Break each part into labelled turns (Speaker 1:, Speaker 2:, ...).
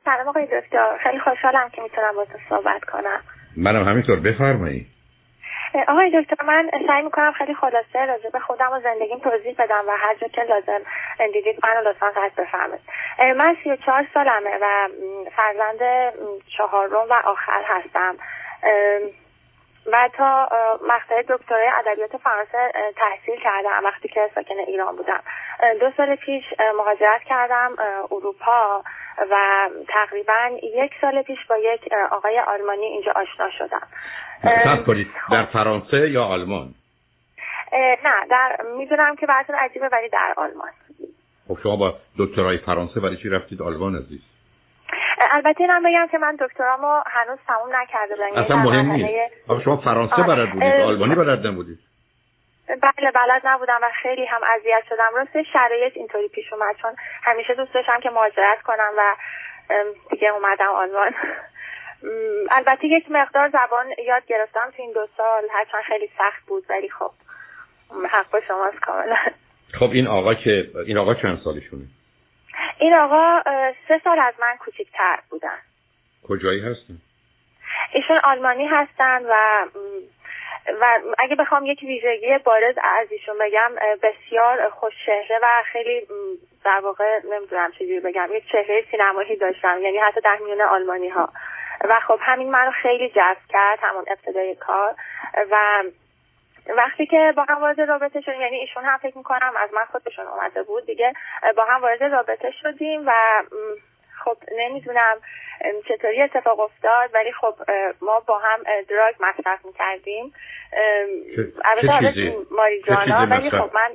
Speaker 1: سلام آقای دکتر، خیلی خوشحالم که میتونم باهاتون صحبت کنم.
Speaker 2: منم همینطور، بفرمایید.
Speaker 1: آقای دکتر، من سعی میکنم خیلی خلاصه راجع به خودم و زندگیم توضیح بدم و هر جا که لازم دیدید منو لطفا قطع بفرمایید. من 34 سالمه و فرزند چهارم و آخر هستم و تا مقطع دکترای ادبیات فرانسه تحصیل کردم وقتی که ساکن ایران بودم. 2 سال پیش مهاجرت کردم اروپا و تقریبا 1 سال پیش با یک آقای آلمانی اینجا آشنا شدم.
Speaker 2: صبر کنید، در فرانسه یا آلمان؟
Speaker 1: نه، میدونم که براتون عجیبه ولی در آلمان.
Speaker 2: خب شما با دکترای فرانسه برای چی رفتید آلمان عزیز؟
Speaker 1: البته اینم بگم که من دکترامو هنوز تموم نکرده بودم.
Speaker 2: اصلا مهم نیست. شما فرانسه بلد بودید، آلمانی بلد نبودید؟
Speaker 1: بله بلد نبودم و خیلی هم اذیت شدم. راست شرایط اینطوری پیش اومد چون همیشه دوست داشتم که مهاجرت کنم و دیگه اومدم آلمان. البته یک مقدار زبان یاد گرفتم تو این 2 سال، هرچند خیلی سخت بود ولی خب حق با شماست کاملا.
Speaker 2: خب این آقا چند سالشونه؟
Speaker 1: این آقا 3 سال از من کوچیک‌تر بودن.
Speaker 2: کجایی هستن؟
Speaker 1: ایشون آلمانی هستن و اگه بخوام یک ویژگی بارز از ایشون بگم، بسیار خوش‌چهره و خیلی در واقع نمیدونم چجوری بگم، یک چهره سینمایی داشتم، یعنی حتی در میون آلمانی‌ها. و خب همین منو خیلی جذب کرد همون ابتدای کار و وقتی که با هم وارد رابطه شدیم، یعنی ایشون هم فکر میکنم از من خودشون اومده بود دیگه، با هم وارد رابطه شدیم و خب نمیدونم چطوری اتفاق افتاد ولی خب ما با هم دراگ مصرف میکردیم. البته ماریجوانا، ولی خب من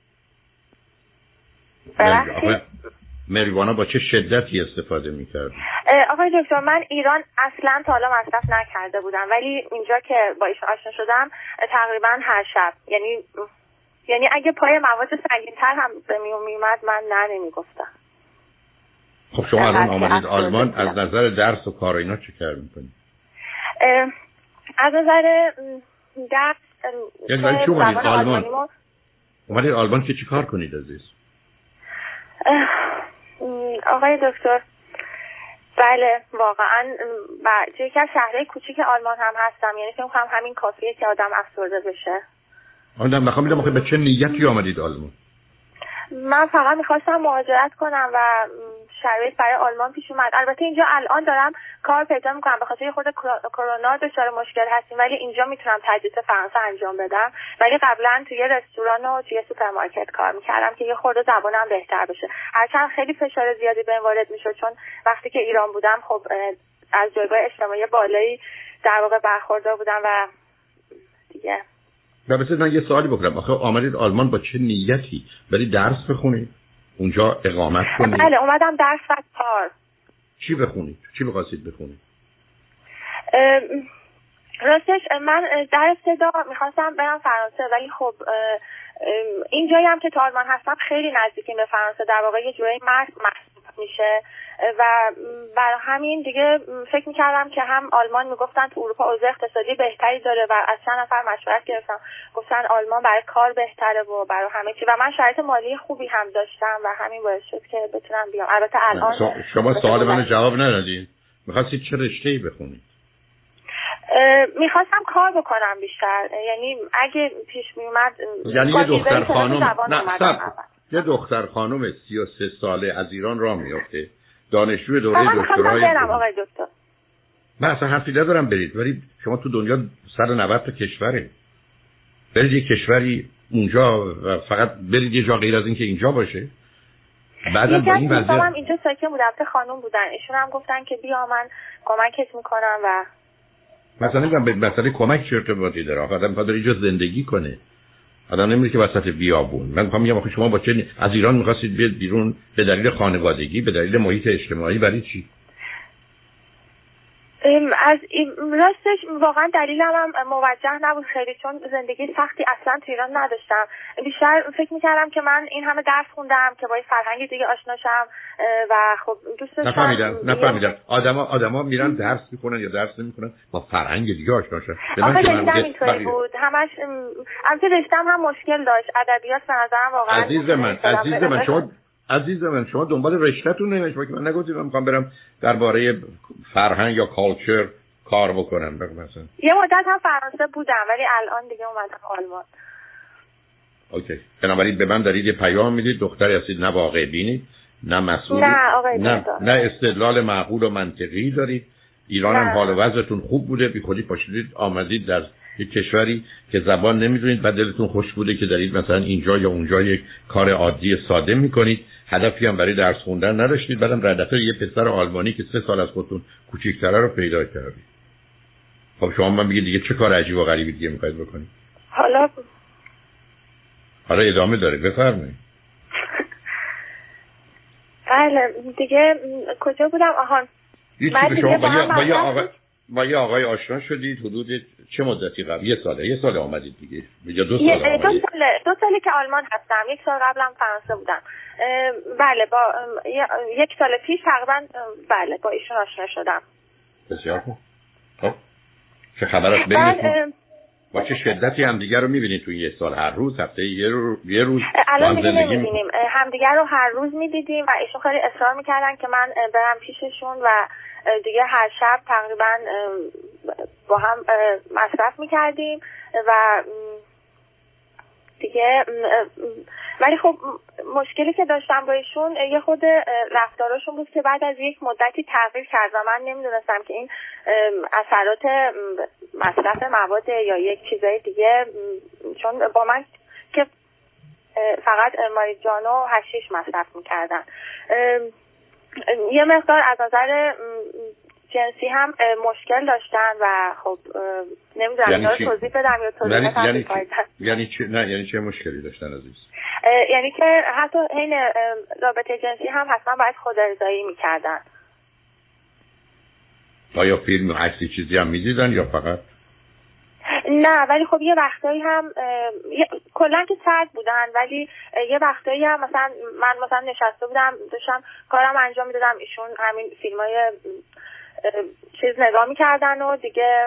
Speaker 2: ماریجوانا با چه شدتی استفاده میکرد؟
Speaker 1: آقای دکتر، من ایران اصلا تا حالا مصرف نکرده بودم ولی اینجا که با ایشون آشنا شدم تقریبا هر شب، یعنی اگه پای مواد سنگین‌تر هم به میومد من نمیگفتم.
Speaker 2: خب شما الان آمدید آلمان، از نظر درس و کار اینا چه کار میکنید؟
Speaker 1: از نظر درس
Speaker 2: یعنی برای چی اومدید آلمان؟ اومدید آلمان که چی کار کنید عزیز؟
Speaker 1: آقای دکتر بله واقعا یکی از شهرهای کوچیک آلمان هم هستم، یعنی فکر کنم همین کافیه که آدم افسرده بشه.
Speaker 2: آدم میخوام به چه نیتی آمدید آلمان؟
Speaker 1: من فقط میخواستم مهاجرت کنم و شرایط برای آلمان پیش اومد. البته اینجا الان دارم کار پیدا میکنم، به خاطر خود کرونا دچار مشکل هستیم ولی اینجا میتونم تدریس فرانسه انجام بدم، ولی قبلا توی رستوران و توی سوپرمارکت کار میکردم که یه خورده زبانم بهتر بشه، هرچند خیلی فشار زیادی بهم وارد میشد چون وقتی که ایران بودم خب از جایگاه اجتماعی بالایی در واقع برخوردار بودم و دیگه.
Speaker 2: البته من یه سوالی بکنم، آخه آمدید آلمان با چه نیتی؟ برای درس بخونید؟ اونجا اقامت کنید؟
Speaker 1: بله اومدم درس و کار.
Speaker 2: چی بخونید؟ چی بخواستید بخونید؟
Speaker 1: راستش من در ابتدا میخواستم برم فرانسه ولی خب اینجایی هم که تو آلمان هستم خیلی نزدیکیم به فرانسه، در واقع یه جورایی محسوب میشه و برای همین دیگه فکر میکردم که هم آلمان میگفتن تو اروپا اوضاع اقتصادی بهتری داره و از چند نفر مشورت گرفتم گفتن آلمان برای کار بهتره و برای همه چی و من شرایط مالی خوبی هم داشتم و همین باعث شد که بتونم بیام. البته الان
Speaker 2: شما سوال منو جواب ندادین. می‌خواستید چه رشته‌ای بخونید؟
Speaker 1: میخواستم کار بکنم بیشتر، یعنی اگه پیش میومد
Speaker 2: یعنی یه دختر خانم یه دختر خانم 33 ساله از ایران راه میافته، دانشجو دوره دکترای
Speaker 1: آقای دکتر.
Speaker 2: من اصلا حرفی ندارم برید، ولی شما تو دنیا 190 تا کشوره، برید یه کشوری اونجا و فقط برید یه جا غیر از این که اینجا باشه. بعدم با این وضعیت
Speaker 1: من اینجا ساکن بودم، البته خانم بودن، ایشون هم گفتن که بیا من کمکت میکنم و
Speaker 2: مثلا میگم به مسئله کمک چه ارتباطی داره؟ آدم میخواد اینجا زندگی کنه، آدم نمیره که وسط بیابون. من میخوام میگم شما با چه از ایران میخواستید بیاد بیرون به دلیل خانوادگی، به دلیل محیط اجتماعی، برای چی؟
Speaker 1: از راستش واقعا دلیلم هم موجه نبود خیلی، چون زندگی سختی اصلا تو ایران نداشتم. بیشتر فکر میکردم که من این همه درس خوندم که با این فرهنگ دیگه آشنا شم و خب دوست داشتم.
Speaker 2: نفهمیدم آدما میرن درس میکنن یا درس نمیکنن با فرهنگ دیگه آشنا شن.
Speaker 1: آخه اینطوری بود همش. البته رشتم هم مشکل داشت، ادبیات به نظرم واقعا.
Speaker 2: عزیز من شما عزیز من شما دنبال رشته‌تون نمیشه که من نگفتم من میخوام برم درباره فرهنگ یا کالچر کار بکنم. مثلا
Speaker 1: یه مدت هم فرانسه بودم ولی الان دیگه اومدم آلمان.
Speaker 2: اوکی. بنابراین به من دارید یه پیام میدید دختری هستید نه واقع بینید نه مسئول نه استدلال معقول و منطقی دارید. ایران هم حال و وضعتون خوب بوده بی خودی پاشیدید آمدید در یک کشوری که زبان نمیدونید و دلتون خوش بوده که دارید مثلا اینجا یا اونجا یک کار عادی ساده میکنید. هدفی هم برای درس خوندن نداشتید. بعدم ردفعه یه پسر آلمانی که 3 سال از خودتون کوچیک‌تره رو پیدا کردید. خب شما من بگید دیگه چه کار عجیب و غریبی دیگه میخواید بکنید؟
Speaker 1: حالا
Speaker 2: ادامه داره بفرمایید.
Speaker 1: بله دیگه کجا بودم؟ آهان
Speaker 2: بعد شما با یه آقای آشنا شدید حدود چه مدتی قبل؟ یه سال آمدید دیگه یا 2 سال آمدید؟
Speaker 1: 2 ساله که آلمان هستم. 1 سال قبلم فرانسه بودم. بله با 1 سال پیش تقریبا بله با ایشون آشنا شدم.
Speaker 2: بسیار خوب. خب چه خبر است بینتون؟ با چه شدتی همدیگر رو میبینید توی 1 سال؟ هر روز هفته یه روز؟
Speaker 1: الان دیگه نمیبینیم. همدیگر رو هر روز میدیدیم و ایشون خیلی اصرار میکردن که من برم پیششون و دیگه هر شب تقریبا با هم مصرف میکردیم و دیگه ولی خب مشکلی که داشتم با ایشون یه خود رفتاراشون بود که بعد از یک مدتی تغییر کرد و من نمیدونستم که این اثرات مصرف مواد یا یک چیزای دیگه، چون با من که فقط ماریجوانا و حشیش مصرف میکردن یه مقدار از نظر جنسی هم مشکل داشتن و خب نمیدونم اینا رو توضیح بدم یا توضیح
Speaker 2: یعنی چه مشکلی داشتن عزیز؟
Speaker 1: یعنی که حتی حین رابطه جنسی هم حتما باید خودارضایی میکردن.
Speaker 2: آیا فیلم و عکسی چیزی هم میدیدن یا فقط؟
Speaker 1: نه ولی خب یه وقتایی هم کلا که سرد بودن ولی یه وقتایی هم من مثلا نشسته بودم داشتم کارم انجام میدادم ایشون همین فیلمای چیز نگاه میکردن و دیگه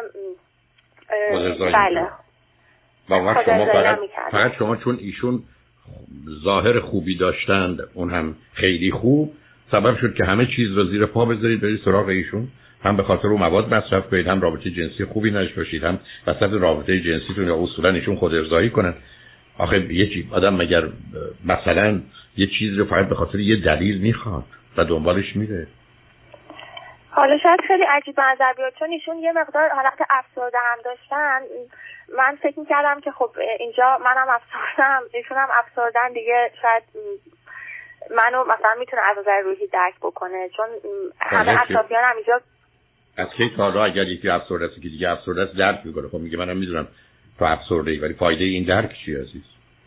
Speaker 1: بله
Speaker 2: با شما فقط شما چون ایشون ظاهر خوبی داشتند اون هم خیلی خوب سبب شد که همه چیز رو زیر پا بذارید برید سراغ ایشون، هم به خاطر اون مواد مصرف کنید هم رابطه جنسی خوبی نداشته باشید هم وسط رابطه جنسیتون یا اصولا ایشون خود ارضایی کنن. آخه آدم مگر مثلا یه چیز رو فقط به خاطر یه دلیل میخواد و دنبالش میره؟
Speaker 1: حالا شاید خیلی عجیب نظر بیاد چون ایشون یه مقدار حالت افسرده هم داشتن. من فکر میکردم که خب اینجا منم افسردم ایشون هم افسردن دیگه شاید منو مثلا میتونه از نظر روحی درک بکنه چون همه اطرافیان هم اینجا
Speaker 2: از کی تا حالا اگر یکی افسرده است که دیگه افسرده است درک میکنه. خب میگه منم میدونم تو افسرده ای ولی فایده این درک چیه عزیز؟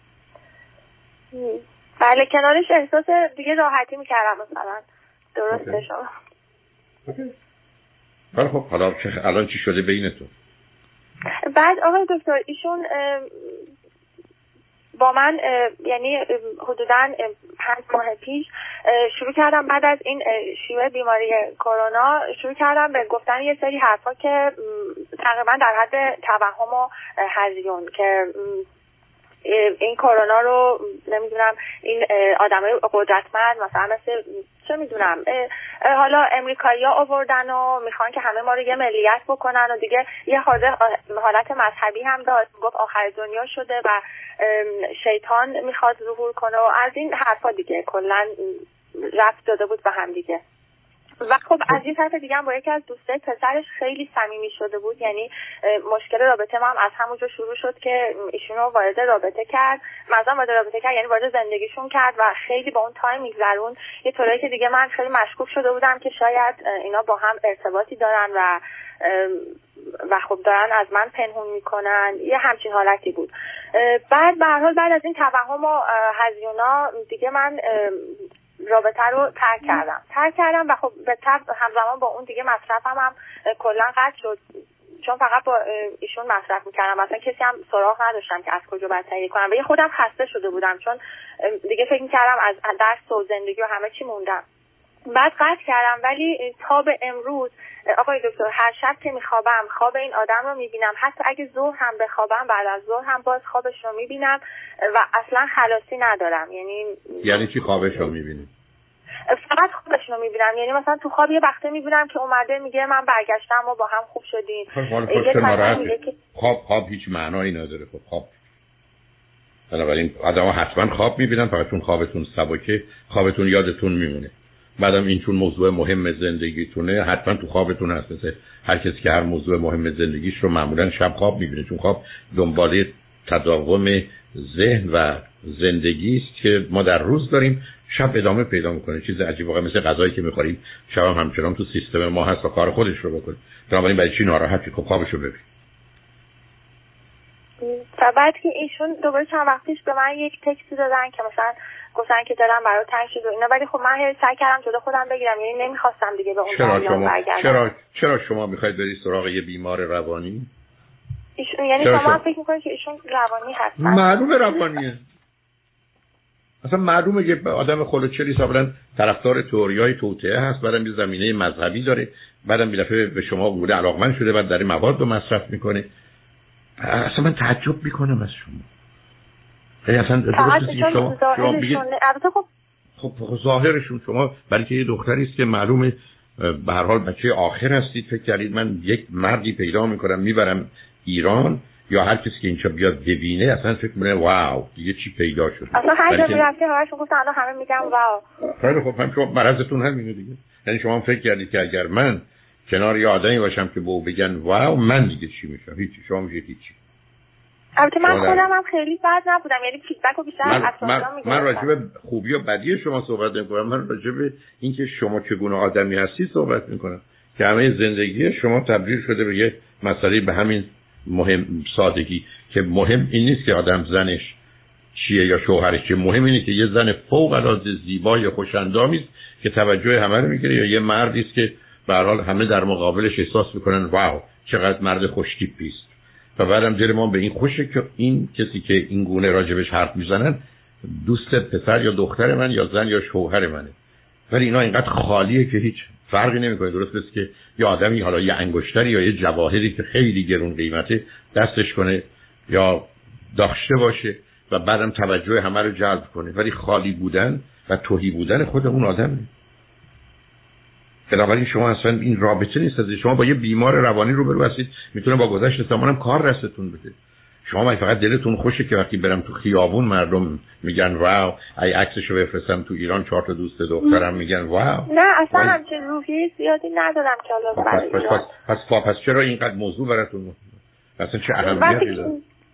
Speaker 1: بله کنارش احساس دیگه راحتی میکردم مثلا. درسته شما.
Speaker 2: ولی خب حالا الان چی شده بینتون؟
Speaker 1: بعد آقای دکتر ایشون با من یعنی حدوداً 5 ماه پیش شروع کردم بعد از این شیوع بیماری کرونا شروع کردم به گفتن یه سری حرفا که تقریبا در حد توهم و هزیون که این کرونا رو نمیدونم این آدمای قدرتمند مثلا مثل چه میدونم حالا امریکایی‌ها آوردن و میخوان که همه ما رو یه ملیت بکنن و دیگه یه حالت مذهبی هم داشت گفت آخر دنیا شده و شیطان میخواد ظهور کنه و از این حرفا دیگه کلا رفت داده بود به هم دیگه. و خب از این طرف دیگه هم با یکی از دوستای پسرش خیلی صمیمی شده بود، یعنی مشکل رابطه ما هم از همونجا شروع شد که ایشونو وارد رابطه کرد، مثلا وارد رابطه کرد یعنی وارد زندگیشون کرد و خیلی با اون تایم میگذرون یه طوری که دیگه من خیلی مشکوک شده بودم که شاید اینا با هم ارتباطی دارن و خب دارن از من پنهون میکنن، یه همچین حالتی بود. بعد به هر حال بعد از این توهم و هزیونا دیگه من رابطه رو ترک کردم و خب به طب همزمان با اون دیگه مصرفم هم کلا قطع شد چون فقط با ایشون مصرف میکردم، مثلا کسی هم سراغ نداشتم که از کجا باید تهیه کنم و یه خودم خسته شده بودم چون دیگه فکر میکردم از درس و زندگی و همه چی موندم. بعد قطع کردم، ولی تا به امروز آقای دکتر هر شب که میخوابم خواب این آدم رو میبینم، حتی اگه ظهر هم بخوابم بعد از ظهر هم باز خوابش رو میبینم و اصلا خلاصی ندارم.
Speaker 2: یعنی چی خوابش رو میبینی؟
Speaker 1: فقط خوابش رو میبینم، یعنی مثلا تو خواب یه وقته میبینم که اومده میگه من برگشتم و با هم خوب شدیم.
Speaker 2: خواب هیچ معنایی نداره. خواب بنابراین آدم‌ها حتما خواب میبینن، فقط چون خوابتون سبکه خوابتون یادتون میمونه. بعدم این چون موضوع مهم زندگیتونه حتما تو خوابتون هست. مثل هر کسی که هر موضوع مهم زندگیش رو معمولا شب خواب میبینه، چون خواب دنباله تداوم ذهن و زندگی است که ما در روز داریم، شب ادامه پیدا میکنه. چیز عجیب واقعا مثل غذایی که میخوریم شب هم همچنان تو سیستم ما هست و کار خودش رو بکنه. بنابراین برای چی ناراحتی؟ خب خوابشو ببین.
Speaker 1: و بعد که ایشون دوباره چند وقت پیش به من یک تکستی دادن که مثلا گفتن که دلم برای تنگ شد و اینا، ولی خب من سعی کردم جلوی خودم بگیرم، یعنی نمیخواستم دیگه به اون جریان برگردم.
Speaker 2: چرا شما میخواید بری سراغ یه بیمار روانی؟
Speaker 1: ایشون یعنی شما فکر میکنید که ایشون روانی هستن؟
Speaker 2: معلومه روانیه. اصلا معلومه که آدم خلوچلی صابرن طرفدار تئوریای توطئه هست، بعدم یه زمینه مذهبی داره، بعدم یه دفعه به شما بوده علاقمند شده، بعد داره مواد رو مصرف میکنه. اصلا من تعجب میکنم از شما. اصلا درست نیست شما بگید خب ظاهرشون شما برای که یه دختری است که معلومه به هر حال بچه آخر هستید، فکر کردید من یک مردی پیدا میکنم میبرم ایران یا هر کسی که اینجا بیاد ببینه اصلا فکر میکنه واو دیگه چی پیدا شد.
Speaker 1: اصلا هر جا میرفتی همشون گفتن الان همه میگن واو.
Speaker 2: خیلی خب هم شما مرضتون همینه دیگه. یعنی شما فکر کردید که اگر من کنار یه آدمی باشم که به او بگن واو من دیگه چی میشم؟ هیچی. شما میشید هیچی.
Speaker 1: البته من خودم هم خیلی بد نبودم، یعنی فیدبکو بیشتر از اطرافیان میگرفتم.
Speaker 2: من راجع به خوبی و بدی شما صحبت نمی‌کنم، من راجع به اینکه شما چگونه آدمی هستی صحبت می‌کنم که همه زندگی شما تبدیل شده به یه مسئله به همین مهم سادگی که مهم این نیست که آدم زنش چیه یا شوهرش چیه، مهم اینه که یه زن فوق‌العاده زیبا یا خوش‌اندامی است که توجه همه رو می‌گیره یا یه مردی است که به هر حال همه در مقابلش احساس می‌کنن واو چقدر مرد خوش‌تیپی است. و بعدم دل ما به این خوشه که این کسی که این گونه راجبش حرف میزنن دوست پسر یا دختر من یا زن یا شوهر منه، ولی اینا اینقدر خالیه که هیچ فرقی نمیکنه. درست است که یه آدمی حالا یه انگشتری یا یه جواهری که خیلی گرون قیمته دستش کنه یا داشته باشه و بعدم توجه همه رو جلب کنه، ولی خالی بودن و تهی بودن خود اون آدمه. بنابراین شما اصلا این رابطه نیست. شما با یه بیمار روانی روبرو هستید، میتونه با گذشت زمانم کار رستون بده. شما فقط دلتون خوشه که وقتی برم تو خیابون مردم میگن واو، ای عکسشو بفرستم تو ایران 4 تا دوست دخترم میگن واو.
Speaker 1: نه اصلا همچین روحی زیادی ندارم که حالا
Speaker 2: پس چرا اینقدر موضوع براتون مهمه؟ اصلا چه اهمیتی داره؟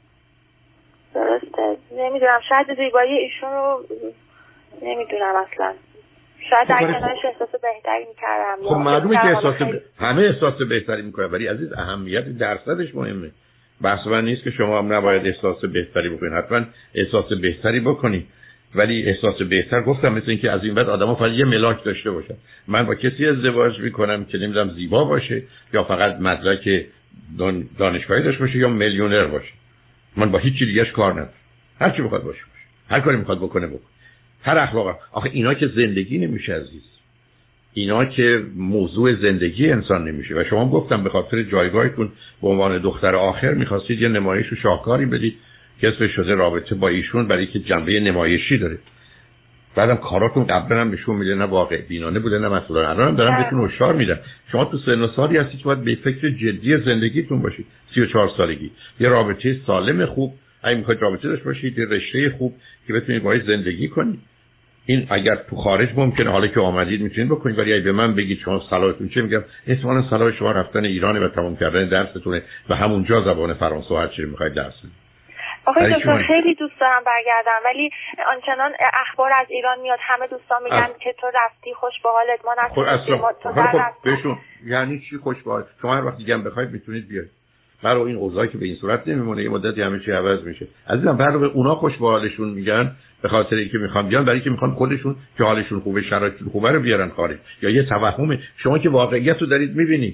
Speaker 1: درسته، نمیدونم، شاید زیبایی ایشون رو نمیدونم اصلا. شاید در کنارش احساس بهتری میکردم.
Speaker 2: خب معلومه که همه احساس بهتری میکنن، ولی عزیز اهمیت درصدش مهمه. بحث من نیست که شما هم نباید احساس بهتری بکنید، حتما احساس بهتری بکنید، ولی احساس بهتر گفتم مثل اینکه از این بعد آدم‌ها فقط یه ملاک داشته باشن. من با کسی ازدواج میکنم که نمیدونم زیبا باشه یا فقط مدرک دانشگاهی داشته باشه یا میلیونر باشه. من با هیچ چیز دیگه‌اش کار ندارم. هر چی بخواد باشه، هر کاری میخواد بکنه. هر اخلاق. آخه اینا که زندگی نمیشه عزیز، اینا که موضوع زندگی انسان نمیشه. و شما گفتم به خاطر جایگاهتون به عنوان دختر آخر میخواستید یه نمایش و شاهکاری بدید که اسمش شده رابطه با ایشون، برای که جنبه نمایشی داره. بعدم کاراتون قبلا هم نشون میده نه واقع بینانه بوده نه مسئولانه. الان دارم بهتون هشدار میدم شما تو سن و سالی هستید که باید به فکر جدی زندگیتون باشید. 34 سالگی یه رابطه سالم خوب، اگه میخواید رابطه داشته باشید یه رشته خوب که بتونید باهاش زندگی کنید. این اگر تو خارج ممکنه، حالا که آمدید میتونید بکنید، ولی اگه به من بگید شما صلاحتون چه، میگم احتمالاً صلاح شما رفتن ایران و تمام کردن درستونه و همونجا زبان فرانسه و هر چیزی میخواید درس بدید.
Speaker 1: آقای دکتر خیلی دوست دارم برگردم، ولی آنچنان اخبار از ایران میاد، همه دوستان میگن که تو رفتی خوش به حالت، ما
Speaker 2: نتونستیم. بهشون یعنی چی خوش به حالت؟ شما هر وقت دیگه بخواید میتونید بیاید. برای این اوضاعی که به این صورت نمیمونه، یه مدتی همه چی عوض میشه. عزیزم برای اونا خوش به حالشون میگن به خاطر اینکه میخوان بیان، برای اینکه میخوان خودشون که حالشون خوبه، شرایطشون خوبه رو بیارن خارج، یا یه توهمه. شما که واقعیت رو دارید میبینید.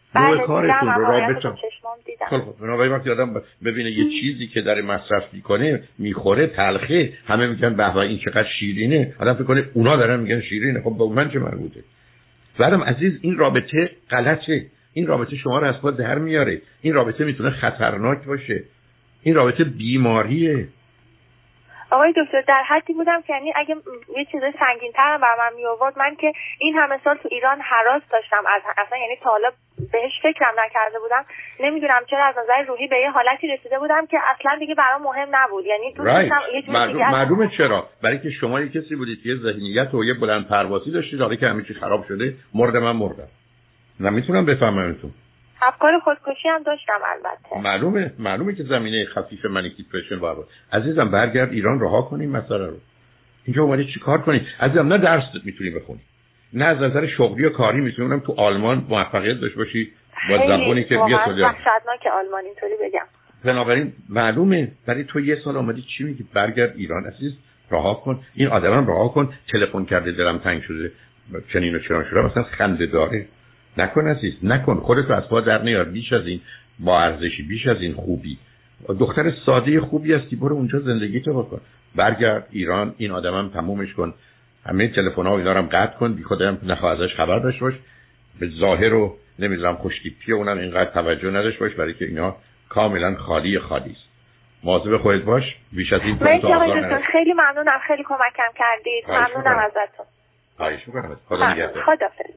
Speaker 2: نوع کارتون رو رابطه.
Speaker 1: خب
Speaker 2: بنابراین وقتی آدم ببینه یه چیزی که داره مصرف میکنه میخوره تلخه، همه میگن به به این چقدر شیرینه، آدم فکر کنه اونا دارن میگن شیرینه. خب با من چه مربوطه؟ بعدم عزیز این رابطه غلطه، این رابطه شما رو از پا در میاره، این رابطه میتونه خطرناک باشه، این رابطه بیماریه.
Speaker 1: آقای دکتر در حدی بودم که یعنی اگه یه چیزای سنگین‌تر هم بر من می‌آورد، من که این همه سال تو ایران هراس داشتم اصلا یعنی تا حالا بهش فکرم نکرده بودم، نمیدونم چرا از نظر روحی به یه حالتی رسیده بودم که اصلا دیگه برام مهم نبود. یعنی دوست داشتم یه چیز دیگه.
Speaker 2: معلومه چرا؟ برای که شما یه کسی بودید که ذهنیت و یه بلند پروازی داشتید، حالا که همه چی خراب شده مردم. نمیتونم بفهممتون.
Speaker 1: افکار خودکشی هم داشتم البته.
Speaker 2: معلومه که زمینه خفیف منیک دیپرشن بود. عزیزم برگرد ایران، رها کنیم مسئله رو. اینجا اومدی چی کار کنی؟ عزیزم نه درس میتونی بخونی، نه از نظر شغلی و کاری میتونی تو آلمان موفقیت داشته باشی با زبانی که بیا تو
Speaker 1: وحشتناک آلمان اینطوری بگم.
Speaker 2: بنابراین معلومه برای تو یه سال اومدی چی میگی؟ برگرد ایران عزیز، رها کن این آدمم، رها کن. تلفن کرده دلم تنگ شده چنین و چنان شده، مثلا خنده داره. نکن عزیز، نکن. خودت رو از پا در نیار. بیش از این با ارزشی، بیش از این خوبی، دختر ساده خوبی هستی، برو اونجا زندگیتو بکن. برگرد ایران، این آدمم تمومش کن، همه تلفن‌ها و اینا رو قطع کن، بی خودم نخواه ازش خبر داشته باش، به ظاهر و نمیدونم خوشتیپی اونم اینقدر توجه نداشته باش، برای که اینا کاملا خالی است. مواظب خودت باش. بیش از این
Speaker 1: تو آقای خیلی ممنونم، خیلی کمکم کردید. ممنونم ازتون.
Speaker 2: خواهش می‌کنم. خدا نگهدار.
Speaker 1: خدا